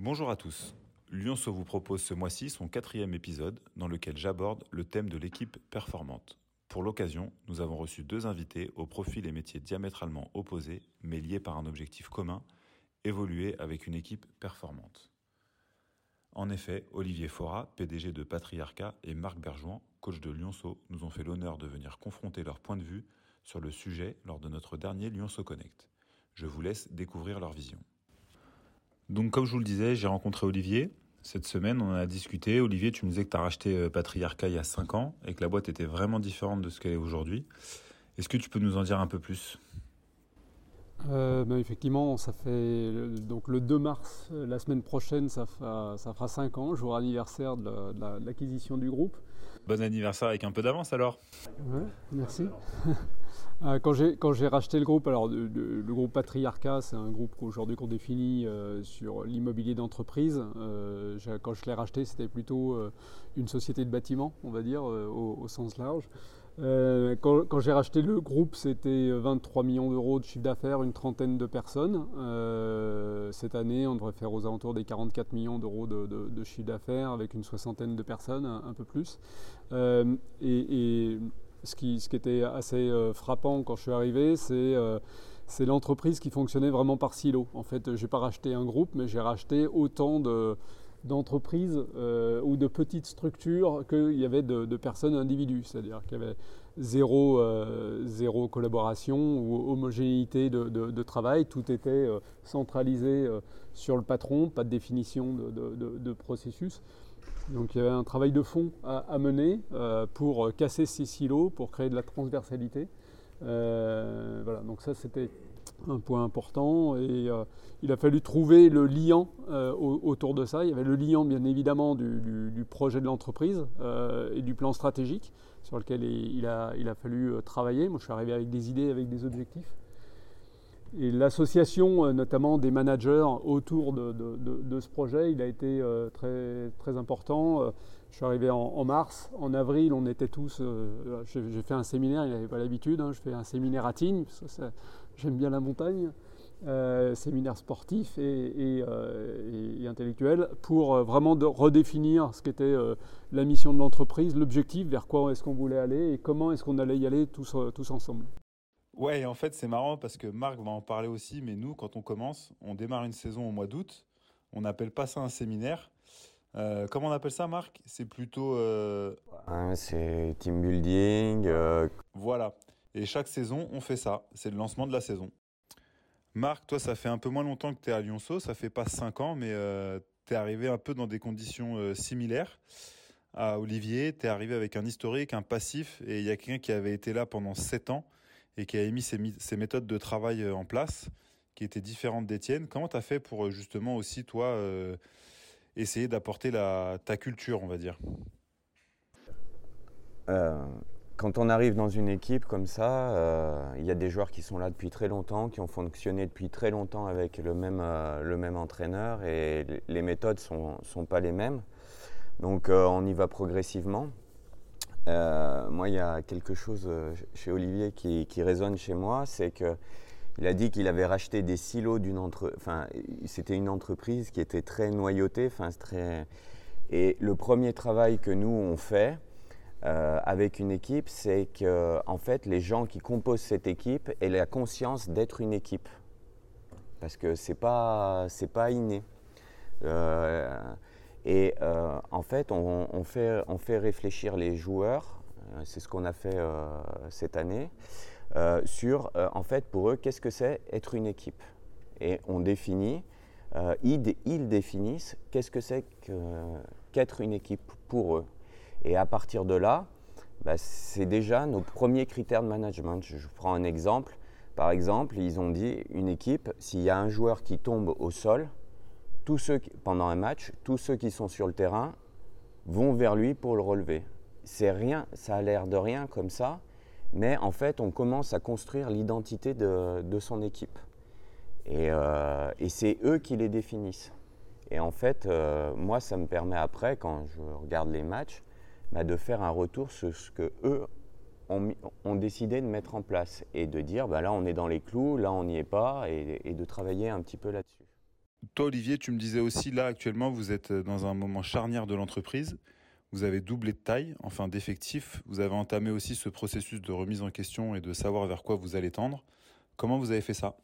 Bonjour à tous. Lyonceau vous propose ce mois-ci son 4e épisode dans lequel j'aborde le thème de l'équipe performante. Pour l'occasion, nous avons reçu 2 invités aux profils et métiers diamétralement opposés mais liés par un objectif commun, évoluer avec une équipe performante. En effet, Olivier Fora, PDG de Patriarcat, et Marc Berjouan, coach de Lyonceau, nous ont fait l'honneur de venir confronter leur point de vue sur le sujet lors de notre dernier Lyonceau Connect. Je vous laisse découvrir leur vision. Donc comme je vous le disais, j'ai rencontré Olivier. Cette semaine, on en a discuté. Olivier, tu me disais que tu as racheté Patriarcat il y a 5 ans et que la boîte était vraiment différente de ce qu'elle est aujourd'hui. Est-ce que tu peux nous en dire un peu plus ? Effectivement, ça fait donc le 2 mars, la semaine prochaine, ça fera 5 ans, jour anniversaire de l'acquisition du groupe. Bon anniversaire avec un peu d'avance alors. Ouais, merci. Quand j'ai racheté le groupe, alors le groupe Patriarcat, c'est un groupe qu'aujourd'hui qu'on définit sur l'immobilier d'entreprise. Quand je l'ai racheté, c'était plutôt une société de bâtiment, on va dire, au sens large. Quand j'ai racheté le groupe, c'était 23 millions d'euros de chiffre d'affaires, une trentaine de personnes. Cette année, on devrait faire aux alentours des 44 millions d'euros de chiffre d'affaires avec une soixantaine de personnes, un peu plus. Ce qui était assez frappant quand je suis arrivé, c'est l'entreprise qui fonctionnait vraiment par silo. En fait, je n'ai pas racheté un groupe, mais j'ai racheté autant d'entreprises ou de petites structures qu'il y avait de personnes individus. C'est-à-dire qu'il y avait zéro collaboration ou homogénéité de travail. Tout était centralisé sur le patron, pas de définition de processus. Donc il y avait un travail de fond à mener pour casser ces silos, pour créer de la transversalité. Voilà, donc ça c'était un point important et il a fallu trouver le liant autour de ça. Il y avait le liant bien évidemment du projet de l'entreprise et du plan stratégique sur lequel il a fallu travailler. Moi je suis arrivé avec des idées, avec des objectifs. Et l'association, notamment des managers autour de ce projet, il a été très, très important. Je suis arrivé en mars. En avril, on était tous... j'ai fait un séminaire, il n'avait pas l'habitude. Je fais un séminaire à Tignes, parce que j'aime bien la montagne. Séminaire sportif et intellectuel pour vraiment redéfinir ce qu'était la mission de l'entreprise, l'objectif, vers quoi est-ce qu'on voulait aller et comment est-ce qu'on allait y aller tous ensemble. Ouais, en fait, c'est marrant parce que Marc va en parler aussi, mais nous, quand on commence, on démarre une saison au mois d'août. On n'appelle pas ça un séminaire. Comment on appelle ça, Marc ? C'est plutôt... c'est team building. Voilà. Et chaque saison, on fait ça. C'est le lancement de la saison. Marc, toi, ça fait un peu moins longtemps que tu es à Lyonceau. Ça fait pas 5 ans, mais tu es arrivé un peu dans des conditions similaires à Olivier. Tu es arrivé avec un historique, un passif, et il y a quelqu'un qui avait été là pendant 7 ans et qui avait mis ses méthodes de travail en place, qui étaient différentes d'Étienne. Comment tu as fait pour justement aussi, toi, essayer d'apporter ta culture, on va dire ? Quand on arrive dans une équipe comme ça, il y a des joueurs qui sont là depuis très longtemps, qui ont fonctionné depuis très longtemps avec le même entraîneur et les méthodes sont pas les mêmes. Donc on y va progressivement. Moi, il y a quelque chose chez Olivier qui résonne chez moi, c'est qu'il a dit qu'il avait racheté des silos c'était une entreprise qui était très noyautée. Et le premier travail que nous, on fait avec une équipe, c'est que en fait, les gens qui composent cette équipe aient la conscience d'être une équipe. Parce que c'est pas inné. En fait, on fait réfléchir les joueurs, c'est ce qu'on a fait cette année, sur, en fait, pour eux, qu'est-ce que c'est être une équipe. Et on définit, ils définissent qu'est-ce que c'est qu'être une équipe pour eux. Et à partir de là, c'est déjà nos premiers critères de management. Je prends un exemple. Par exemple, ils ont dit, une équipe, s'il y a un joueur qui tombe au sol, pendant un match, tous ceux qui sont sur le terrain vont vers lui pour le relever. C'est rien, ça a l'air de rien comme ça, mais en fait, on commence à construire l'identité de son équipe. Et c'est eux qui les définissent. Et en fait, moi, ça me permet après, quand je regarde les matchs, de faire un retour sur ce qu'eux ont décidé de mettre en place et de dire, là, on est dans les clous, là, on n'y est pas, et de travailler un petit peu là-dessus. Toi, Olivier, tu me disais aussi, là, actuellement, vous êtes dans un moment charnière de l'entreprise. Vous avez doublé de taille, enfin d'effectifs. Vous avez entamé aussi ce processus de remise en question et de savoir vers quoi vous allez tendre. Comment vous avez fait ça?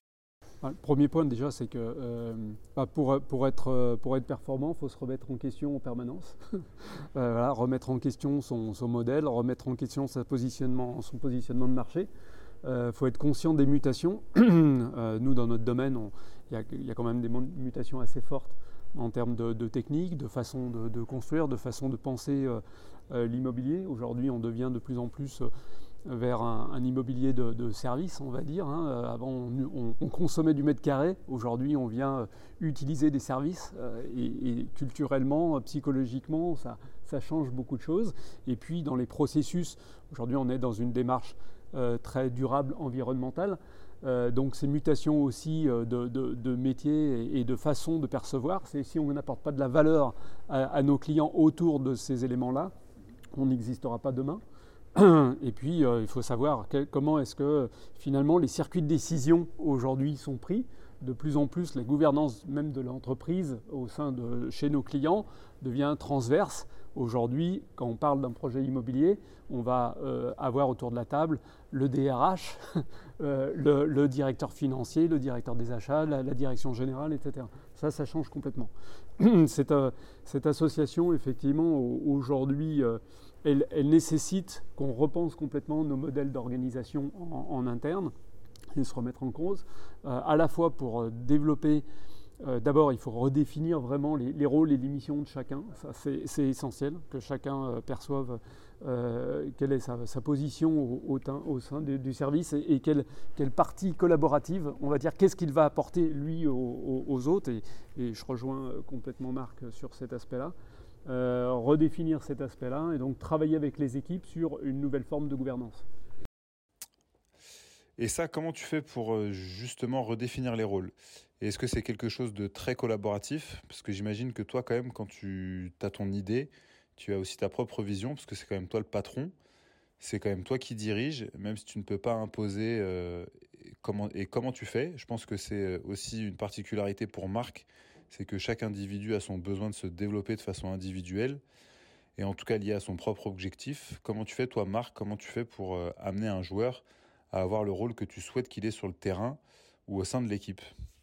Le premier point déjà, c'est que pour être performant, il faut se remettre en question en permanence. Voilà, remettre en question son modèle, remettre en question son positionnement de marché. Faut être conscient des mutations. Nous, dans notre domaine, il y a quand même des mutations assez fortes en termes de technique, de façon de construire, de façon de penser l'immobilier. Aujourd'hui, on devient de plus en plus vers un immobilier de service, on va dire. Avant, on consommait du mètre carré. Aujourd'hui, on vient utiliser des services. Et culturellement, psychologiquement, ça change beaucoup de choses. Et puis, dans les processus, aujourd'hui, on est dans une démarche très durable environnementale. Donc ces mutations aussi de métier et de façon de percevoir, c'est si on n'apporte pas de la valeur à nos clients autour de ces éléments-là, on n'existera pas demain. Et puis il faut savoir comment est-ce que finalement les circuits de décision aujourd'hui sont pris. De plus en plus, la gouvernance même de l'entreprise au sein de chez nos clients devient transverse. Aujourd'hui, quand on parle d'un projet immobilier, on va avoir autour de la table le DRH, le directeur financier, le directeur des achats, la direction générale, etc. Ça change complètement. Cette association, effectivement, aujourd'hui, elle nécessite qu'on repense complètement nos modèles d'organisation en interne et se remettre en cause, à la fois pour développer. D'abord, il faut redéfinir vraiment les rôles et les missions de chacun. Ça, c'est essentiel, que chacun perçoive quelle est sa position au sein du service et quelle partie collaborative, on va dire, qu'est-ce qu'il va apporter, lui, aux autres. Et je rejoins complètement Marc sur cet aspect-là. Redéfinir cet aspect-là et donc travailler avec les équipes sur une nouvelle forme de gouvernance. Et ça, comment tu fais pour justement redéfinir les rôles? Et est-ce que c'est quelque chose de très collaboratif? Parce que j'imagine que toi, quand même, quand tu as ton idée, tu as aussi ta propre vision, parce que c'est quand même toi le patron. C'est quand même toi qui dirige, même si tu ne peux pas imposer comment tu fais. Je pense que c'est aussi une particularité pour Marc, c'est que chaque individu a son besoin de se développer de façon individuelle, et en tout cas lié à son propre objectif. Comment tu fais, toi, Marc? Comment tu fais pour amener un joueur à avoir le rôle que tu souhaites qu'il ait sur le terrain ou au sein de l'équipe?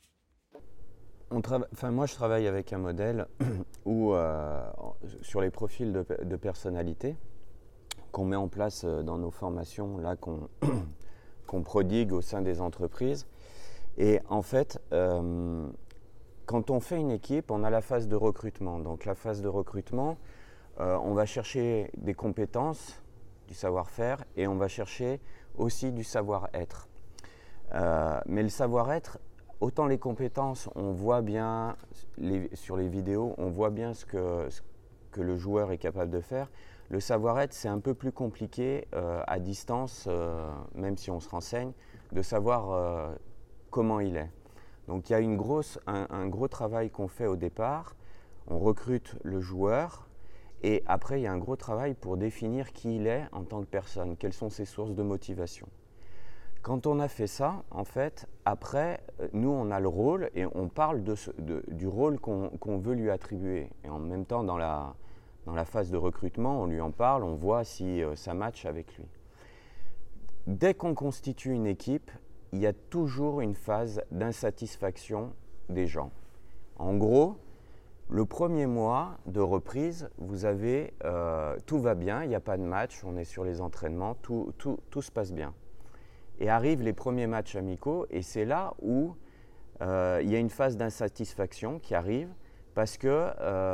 Moi, je travaille avec un modèle où, sur les profils de personnalité qu'on met en place dans nos formations, là, qu'on prodigue au sein des entreprises. Et en fait, quand on fait une équipe, on a la phase de recrutement. Donc la phase de recrutement, on va chercher des compétences, du savoir-faire, et on va chercher aussi du savoir-être. Mais le savoir-être, autant les compétences, on voit bien sur les vidéos, on voit bien ce que le joueur est capable de faire. Le savoir-être, c'est un peu plus compliqué à distance, même si on se renseigne, de savoir comment il est. Donc il y a un gros travail qu'on fait au départ. On recrute le joueur et après il y a un gros travail pour définir qui il est en tant que personne, quelles sont ses sources de motivation. Quand on a fait ça, en fait, après, nous on a le rôle et on parle du rôle qu'on veut lui attribuer. Et en même temps, dans la phase de recrutement, on lui en parle, on voit si ça match avec lui. Dès qu'on constitue une équipe, il y a toujours une phase d'insatisfaction des gens. En gros, le premier mois de reprise, vous avez tout va bien, il n'y a pas de match, on est sur les entraînements, tout se passe bien. Et arrivent les premiers matchs amicaux et c'est là où il y a une phase d'insatisfaction qui arrive parce que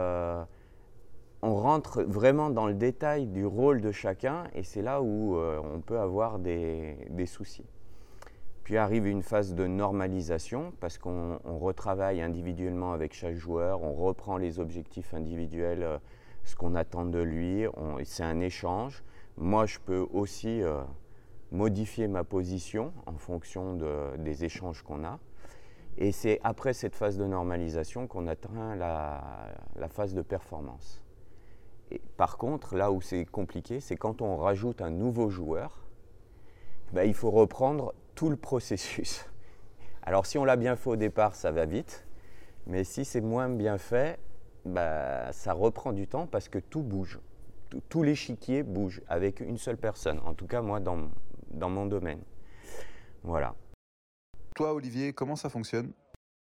on rentre vraiment dans le détail du rôle de chacun et c'est là où on peut avoir des soucis. Puis arrive une phase de normalisation parce qu'on retravaille individuellement avec chaque joueur, on reprend les objectifs individuels, ce qu'on attend de lui, c'est un échange. Moi, je peux aussi modifier ma position en fonction des échanges qu'on a. Et c'est après cette phase de normalisation qu'on atteint la phase de performance. Et par contre, là où c'est compliqué, c'est quand on rajoute un nouveau joueur, il faut reprendre tout le processus. Alors si on l'a bien fait au départ, ça va vite, Mais si c'est moins bien fait, ça reprend du temps parce que tout bouge. Tout l'échiquier bouge avec une seule personne. En tout cas, moi, dans mon domaine. Voilà. Toi, Olivier, comment ça fonctionne ?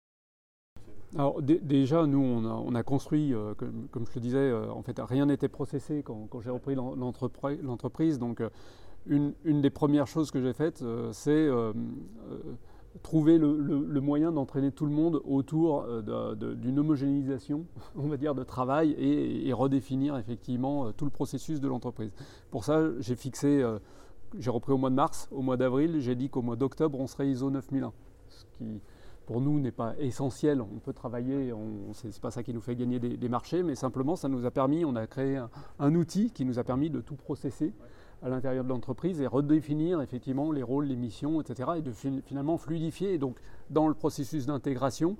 Alors déjà, nous, on a construit, comme je te disais, en fait, rien n'était processé quand j'ai repris l'entreprise. Donc, une des premières choses que j'ai faites, c'est trouver le moyen d'entraîner tout le monde autour d'une homogénéisation, on va dire, de travail et redéfinir effectivement tout le processus de l'entreprise. Pour ça, j'ai repris au mois de mars, au mois d'avril, j'ai dit qu'au mois d'octobre, on serait ISO 9001, ce qui pour nous n'est pas essentiel. On peut travailler, c'est pas ça qui nous fait gagner des marchés, mais simplement ça nous a permis, on a créé un outil qui nous a permis de tout processer à l'intérieur de l'entreprise et redéfinir effectivement les rôles, les missions, etc. et de finalement fluidifier, et donc dans le processus d'intégration,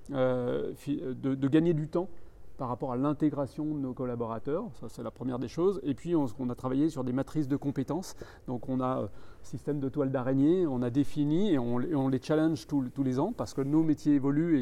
de gagner du temps par rapport à l'intégration de nos collaborateurs. Ça, c'est la première des choses. Et puis, on a travaillé sur des matrices de compétences. Donc, on a un système de toile d'araignée, on a défini et on les challenge tous les ans parce que nos métiers évoluent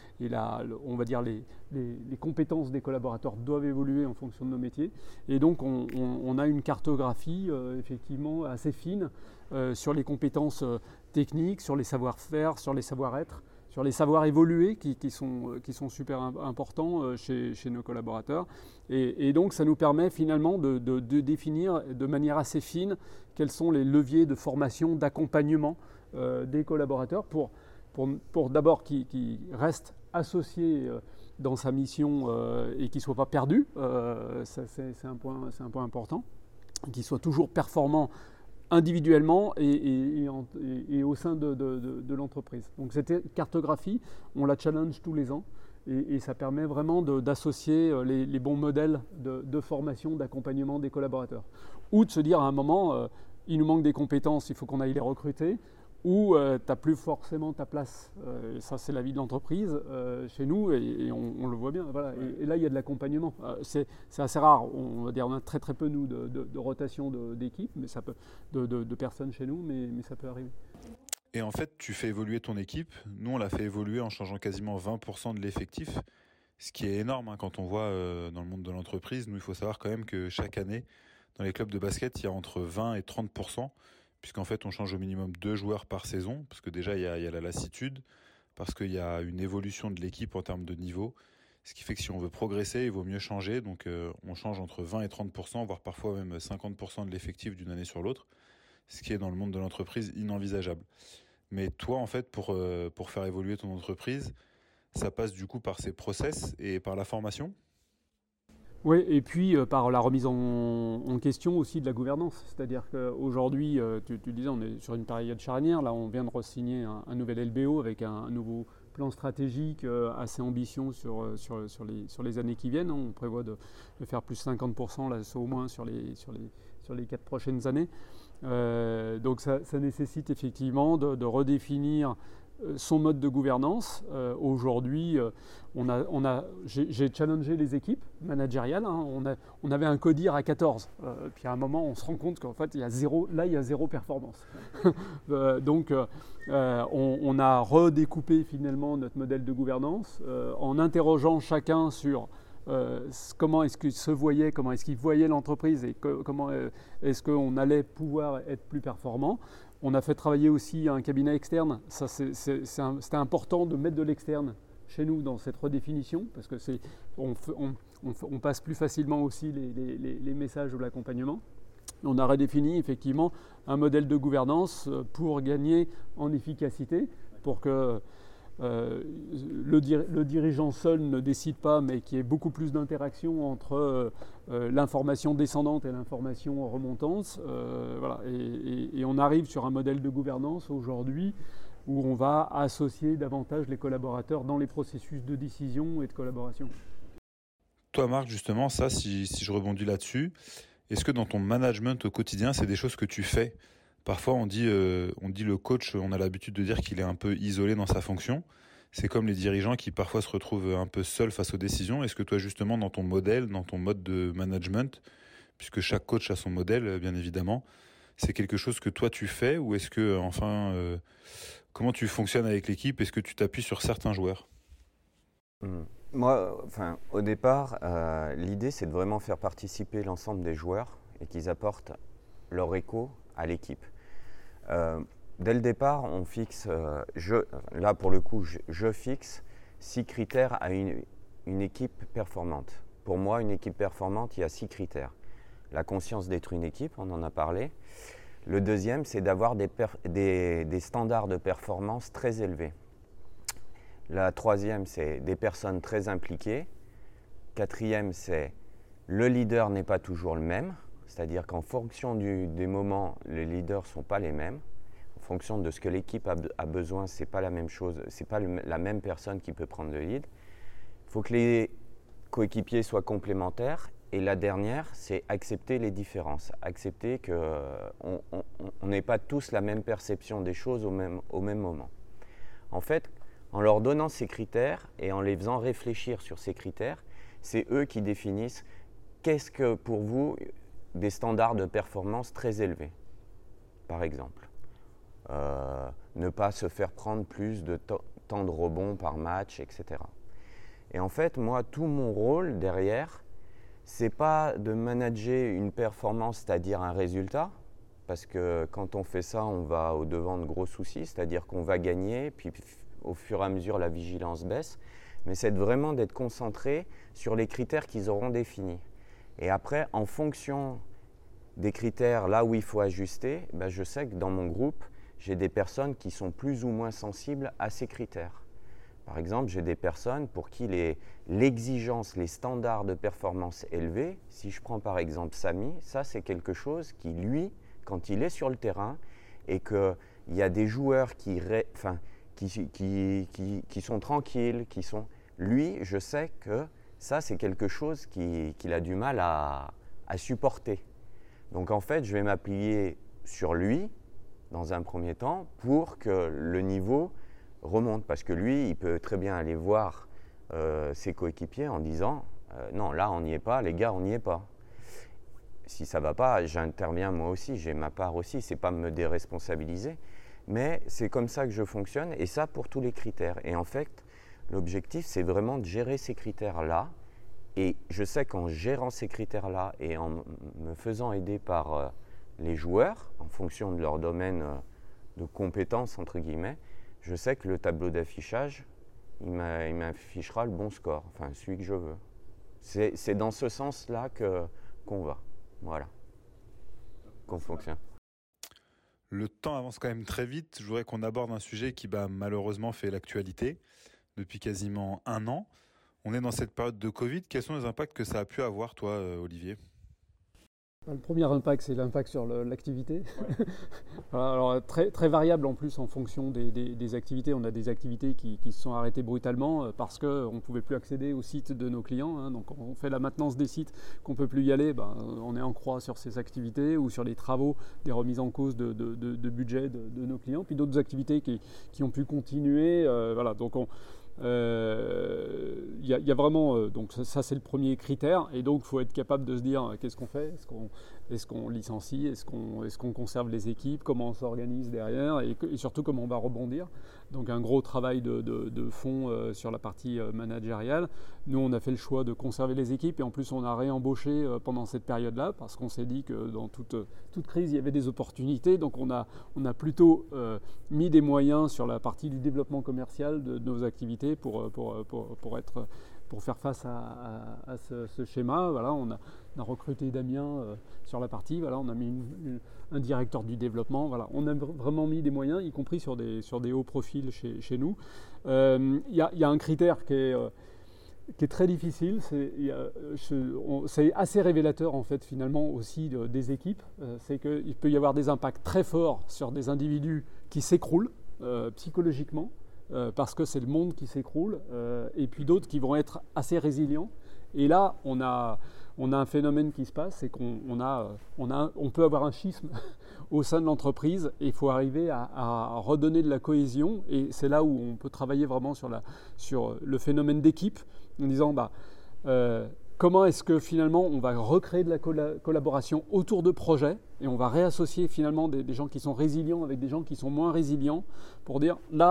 on va dire les compétences des collaborateurs doivent évoluer en fonction de nos métiers. Et donc, on a une cartographie effectivement assez fine sur les compétences techniques, sur les savoir-faire, sur les savoir-être, sur les savoirs évolués qui sont super importants chez nos collaborateurs. Et donc, ça nous permet finalement de définir de manière assez fine quels sont les leviers de formation, d'accompagnement des collaborateurs pour d'abord qu'ils restent associés dans sa mission et qu'ils ne soient pas perdus. C'est un point important. Qu'ils soient toujours performants individuellement et au sein de l'entreprise. Donc cette cartographie, on la challenge tous les ans et ça permet vraiment d'associer les bons modèles de formation, d'accompagnement des collaborateurs. Ou de se dire à un moment, il nous manque des compétences, il faut qu'on aille les recruter, ou tu n'as plus forcément ta place. Et ça, c'est la vie de l'entreprise chez nous et on le voit bien. Voilà. Et là, il y a de l'accompagnement. C'est assez rare. On va dire, on a très très peu, nous, de rotation d'équipe, mais ça peut, de personnes chez nous, mais ça peut arriver. Et en fait, tu fais évoluer ton équipe. Nous, on l'a fait évoluer en changeant quasiment 20% de l'effectif, ce qui est énorme quand on voit dans le monde de l'entreprise. Nous, il faut savoir quand même que chaque année, dans les clubs de basket, il y a entre 20 et 30%. Puisqu'en fait, on change au minimum 2 joueurs par saison, parce que déjà, il y a la lassitude, parce qu'il y a une évolution de l'équipe en termes de niveau, ce qui fait que si on veut progresser, il vaut mieux changer. Donc, on change entre 20 et 30%, voire parfois même 50% de l'effectif d'une année sur l'autre, ce qui est dans le monde de l'entreprise inenvisageable. Mais toi, en fait, pour faire évoluer ton entreprise, ça passe du coup par ces process et par la formation ? Oui, et puis par la remise en question aussi de la gouvernance. C'est-à-dire qu'aujourd'hui, tu disais, on est sur une période charnière. Là, on vient de re-signer un nouvel LBO avec un nouveau plan stratégique assez ambitieux sur les années qui viennent. On prévoit de faire plus 50% là, au moins sur les 4 prochaines années. Donc ça nécessite effectivement de redéfinir son mode de gouvernance. Aujourd'hui, j'ai challengé les équipes managériales. On avait un CODIR à 14. Puis à un moment, on se rend compte qu'en fait, il y a zéro performance. Donc, on a redécoupé finalement notre modèle de gouvernance en interrogeant chacun sur comment est-ce qu'il se voyait, comment est-ce qu'il voyait l'entreprise et comment est-ce qu'on allait pouvoir être plus performant. On a fait travailler aussi un cabinet externe. Ça, c'était important de mettre de l'externe chez nous dans cette redéfinition parce que on passe plus facilement aussi les messages de l'accompagnement. On a redéfini effectivement un modèle de gouvernance pour gagner en efficacité, pour que le dirigeant seul ne décide pas, mais qu'il y ait beaucoup plus d'interaction entre l'information descendante et l'information remontante. Voilà. Et on arrive sur un modèle de gouvernance aujourd'hui où on va associer davantage les collaborateurs dans les processus de décision et de collaboration. Toi, Marc, justement, ça, si je rebondis là-dessus, est-ce que dans ton management au quotidien, c'est des choses que tu fais ? Parfois, on dit le coach, on a l'habitude de dire qu'il est un peu isolé dans sa fonction. C'est comme les dirigeants qui parfois se retrouvent un peu seuls face aux décisions. Est-ce que toi, justement, dans ton modèle, dans ton mode de management, puisque chaque coach a son modèle, bien évidemment, c'est quelque chose que toi, tu fais ? Ou est-ce que, comment tu fonctionnes avec l'équipe ? Est-ce que tu t'appuies sur certains joueurs ? Moi, au départ, l'idée, c'est de vraiment faire participer l'ensemble des joueurs et qu'ils apportent leur écho à l'équipe. Dès le départ, on fixe, là pour le coup, je fixe 6 critères à une équipe performante. Pour moi, une équipe performante, il y a 6 critères. La conscience d'être une équipe, on en a parlé. Le deuxième, c'est d'avoir des standards de performance très élevés. La troisième, c'est des personnes très impliquées. Quatrième, c'est le leader n'est pas toujours le même, c'est-à-dire qu'en fonction des moments, les leaders ne sont pas les mêmes. En fonction de ce que l'équipe a besoin, ce n'est pas la même chose, ce n'est pas la même personne qui peut prendre le lead. Il faut que les coéquipiers soient complémentaires. Et la dernière, c'est accepter les différences, accepter qu'on n'ait pas tous la même perception des choses au même moment. En fait, en leur donnant ces critères et en les faisant réfléchir sur ces critères, c'est eux qui définissent qu'est-ce que pour vous des standards de performance très élevés, par exemple. Ne pas se faire prendre plus de temps de rebond par match, etc. Et en fait, moi, tout mon rôle derrière, c'est pas de manager une performance, c'est-à-dire un résultat, parce que quand on fait ça, on va au-devant de gros soucis, c'est-à-dire qu'on va gagner, puis au fur et à mesure, la vigilance baisse, mais c'est vraiment d'être concentré sur les critères qu'ils auront définis. Et après, en fonction des critères, là où il faut ajuster, je sais que dans mon groupe, j'ai des personnes qui sont plus ou moins sensibles à ces critères. Par exemple, j'ai des personnes pour qui l'exigence, les standards de performance élevés, si je prends par exemple Samy, ça c'est quelque chose qui, lui, quand il est sur le terrain et qu'il y a des joueurs qui sont tranquilles, lui, je sais que ça c'est quelque chose qu'il a du mal à supporter. Donc en fait, je vais m'appuyer sur lui dans un premier temps pour que le niveau remonte, parce que lui, il peut très bien aller voir ses coéquipiers en disant non, là on n'y est pas, les gars, on n'y est pas. Si ça ne va pas, j'interviens moi aussi, j'ai ma part aussi, c'est pas me déresponsabiliser, mais c'est comme ça que je fonctionne, et ça pour tous les critères. Et en fait, l'objectif, c'est vraiment de gérer ces critères-là, et je sais qu'en gérant ces critères-là et en me faisant aider par les joueurs, en fonction de leur domaine de compétences, entre guillemets, je sais que le tableau d'affichage, il m'affichera le bon score, enfin celui que je veux. C'est dans ce sens-là qu'on va, voilà, qu'on fonctionne. Le temps avance quand même très vite. Je voudrais qu'on aborde un sujet qui malheureusement fait l'actualité depuis quasiment 1 an. On est dans cette période de Covid. Quels sont les impacts que ça a pu avoir, toi, Olivier ? Le premier impact, c'est l'impact sur l'activité. Ouais. Alors, très, très variable en plus en fonction des activités. On a des activités qui se sont arrêtées brutalement parce qu'on ne pouvait plus accéder aux sites de nos clients. Donc on fait la maintenance des sites qu'on ne peut plus y aller. On est en croix sur ces activités ou sur les travaux, des remises en cause de budget de nos clients. Puis d'autres activités qui ont pu continuer. Voilà. Donc y a vraiment, donc ça c'est le premier critère, et donc il faut être capable de se dire qu'est-ce qu'on fait, est-ce qu'on licencie, est-ce qu'on conserve les équipes, comment on s'organise derrière, et surtout comment on va rebondir. Donc un gros travail de fond sur la partie managériale. Nous on a fait le choix de conserver les équipes, et en plus on a réembauché pendant cette période-là, parce qu'on s'est dit que dans toute crise il y avait des opportunités, donc on a plutôt mis des moyens sur la partie du développement commercial de nos activités pour faire face à ce schéma. Voilà, on a recruté Damien sur la partie, voilà, on a mis un directeur du développement, voilà, on a vraiment mis des moyens, y compris sur des hauts profils chez nous. Il y a un critère qui est très difficile, c'est assez révélateur en fait finalement aussi des équipes, c'est qu'il peut y avoir des impacts très forts sur des individus qui s'écroulent psychologiquement, parce que c'est le monde qui s'écroule, et puis d'autres qui vont être assez résilients. Et là, on a un phénomène qui se passe, c'est on peut avoir un schisme au sein de l'entreprise, et il faut arriver à redonner de la cohésion, et c'est là où on peut travailler vraiment sur le phénomène d'équipe, en disant comment est-ce que finalement on va recréer de la collaboration autour de projets, et on va réassocier finalement des gens qui sont résilients avec des gens qui sont moins résilients, pour dire là,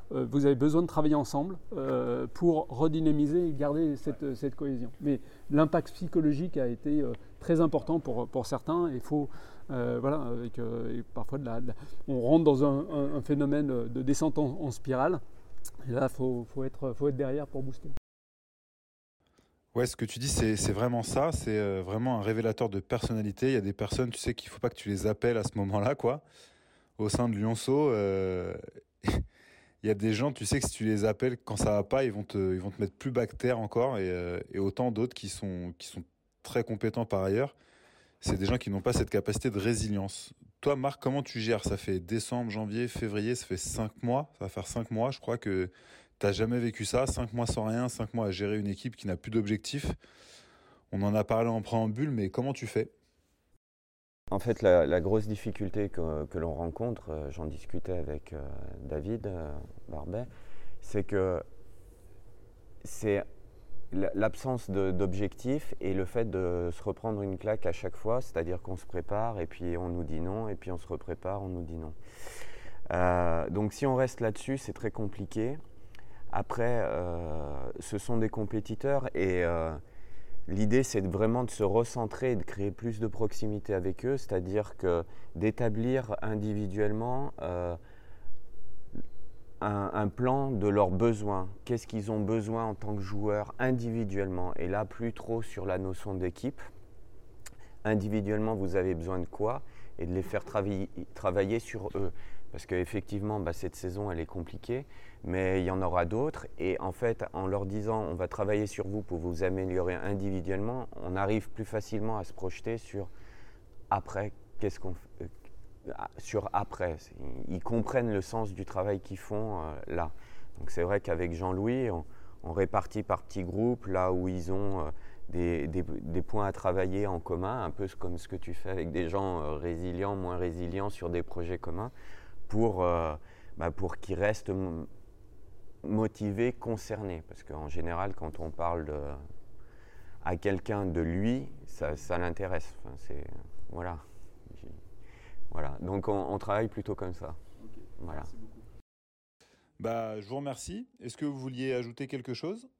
vous avez besoin de travailler ensemble pour redynamiser et garder cette cohésion. Mais l'impact psychologique a été très important pour certains. Il faut, avec parfois on rentre dans un phénomène de descente en spirale. Et là, faut être derrière pour booster. Ouais, ce que tu dis, c'est vraiment ça. C'est vraiment un révélateur de personnalité. Il y a des personnes, tu sais, qu'il ne faut pas que tu les appelles à ce moment-là, quoi. Au sein de Lyonceau, il y a des gens, tu sais, que si tu les appelles quand ça va pas, ils vont te mettre plus bas que terre encore. Et autant d'autres qui sont très compétents par ailleurs. C'est des gens qui n'ont pas cette capacité de résilience. Toi, Marc, comment tu gères? Ça fait décembre, janvier, février, ça fait 5 mois. Ça va faire 5 mois, je crois que tu n'as jamais vécu ça. 5 mois sans rien, 5 mois à gérer une équipe qui n'a plus d'objectifs. On en a parlé en préambule, mais comment tu fais? En fait, la grosse difficulté que l'on rencontre, j'en discutais avec David Barbet, c'est que c'est l'absence d'objectifs et le fait de se reprendre une claque à chaque fois, c'est-à-dire qu'on se prépare et puis on nous dit non, et puis on se reprépare, on nous dit non. Donc si on reste là-dessus, c'est très compliqué. Après, ce sont des compétiteurs et l'idée, c'est vraiment de se recentrer et de créer plus de proximité avec eux, c'est-à-dire que d'établir individuellement un plan de leurs besoins. Qu'est-ce qu'ils ont besoin en tant que joueurs individuellement? Et là, plus trop sur la notion d'équipe. Individuellement, vous avez besoin de quoi? Et de les faire travailler sur eux. Parce qu'effectivement, cette saison, elle est compliquée, mais il y en aura d'autres. Et en fait, en leur disant, on va travailler sur vous pour vous améliorer individuellement, on arrive plus facilement à se projeter sur après, qu'est-ce qu'on fait sur après. Ils comprennent le sens du travail qu'ils font là. Donc c'est vrai qu'avec Jean-Louis, on répartit par petits groupes, là où ils ont des points à travailler en commun, un peu comme ce que tu fais avec des gens résilients, moins résilients sur des projets communs, pour qu'ils restent motivés, concernés. Parce qu'en général, quand on parle à quelqu'un de lui, ça l'intéresse. Enfin, voilà. Voilà, donc on travaille plutôt comme ça. Okay. Voilà. Merci beaucoup. Je vous remercie. Est-ce que vous vouliez ajouter quelque chose?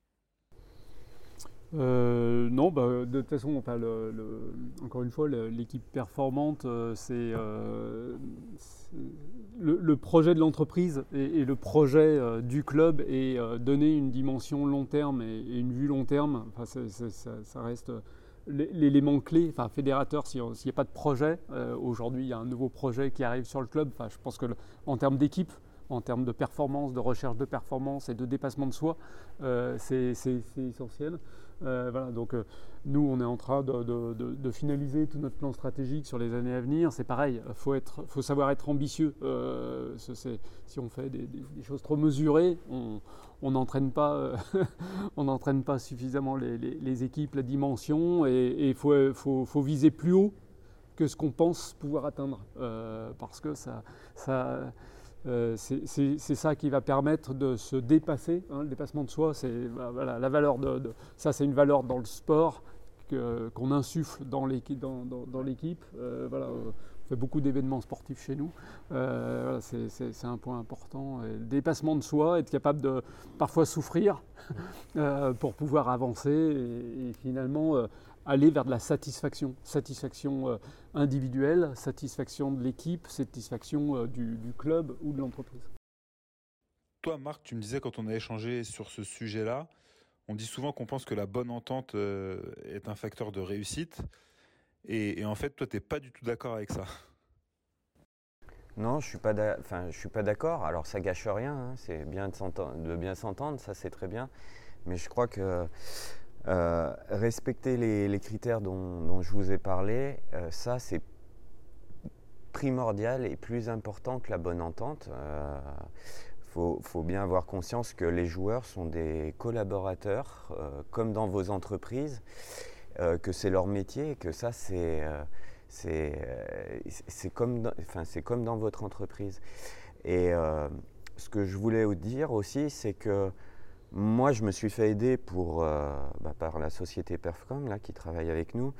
Non, de toute façon, encore une fois, l'équipe performante, c'est le projet de l'entreprise et le projet du club et donner une dimension long terme et une vue long terme. Enfin, ça reste l'élément clé, enfin fédérateur, s'il n'y a pas de projet. Aujourd'hui, il y a un nouveau projet qui arrive sur le club. Enfin, je pense que en termes d'équipe, en termes de performance, de recherche de performance et de dépassement de soi, c'est essentiel. Voilà, donc nous, on est en train de finaliser tout notre plan stratégique sur les années à venir. C'est pareil, faut savoir être ambitieux. Si on fait des choses trop mesurées, on n'entraîne pas, on n'entraîne pas suffisamment les équipes, la dimension, et il faut viser plus haut que ce qu'on pense pouvoir atteindre, parce que c'est ça qui va permettre de se dépasser, le dépassement de soi. C'est la valeur ça, c'est une valeur dans le sport qu'on insuffle dans l'équipe. On fait beaucoup d'événements sportifs chez nous. C'est un point important. Et le dépassement de soi, être capable de parfois souffrir pour pouvoir avancer et finalement aller vers de la satisfaction individuelle, satisfaction de l'équipe, satisfaction du club ou de l'entreprise. Toi, Marc, tu me disais quand on a échangé sur ce sujet-là, on dit souvent qu'on pense que la bonne entente est un facteur de réussite. Et en fait, toi, tu n'es pas du tout d'accord avec ça. Non, je suis pas d'accord. Alors, ça gâche rien. Hein. C'est bien de bien s'entendre, ça c'est très bien. Mais je crois que respecter les critères dont je vous ai parlé, ça c'est primordial et plus important que la bonne entente. Faut bien avoir conscience que les joueurs sont des collaborateurs, comme dans vos entreprises, que c'est leur métier et que ça c'est comme dans votre entreprise. Et ce que je voulais vous dire aussi, c'est que moi, je me suis fait aider par la société Perfcom là, qui travaille avec nous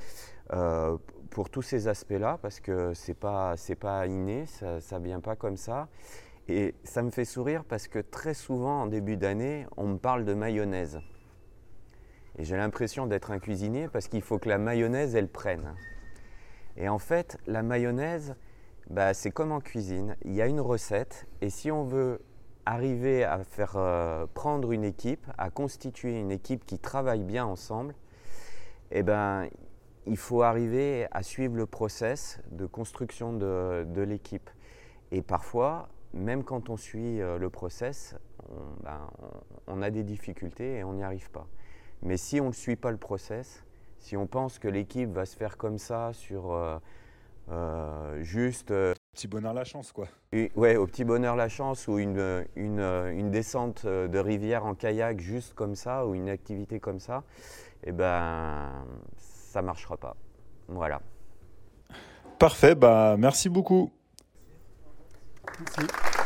pour tous ces aspects-là, parce que c'est pas inné, ça vient pas comme ça. Et ça me fait sourire parce que très souvent, en début d'année, on me parle de mayonnaise. Et j'ai l'impression d'être un cuisinier parce qu'il faut que la mayonnaise, elle prenne. Et en fait, la mayonnaise, c'est comme en cuisine. Il y a une recette et si on veut arriver à faire prendre une équipe, à constituer une équipe qui travaille bien ensemble, il faut arriver à suivre le process de construction de l'équipe. Et parfois, même quand on suit le process, on a des difficultés et on n'y arrive pas. Mais si on ne suit pas le process, si on pense que l'équipe va se faire comme ça sur juste… Petit bonheur la chance, quoi. Ouais, au petit bonheur la chance ou une descente de rivière en kayak juste comme ça ou une activité comme ça, ça ne marchera pas. Voilà. Parfait, merci beaucoup. Merci.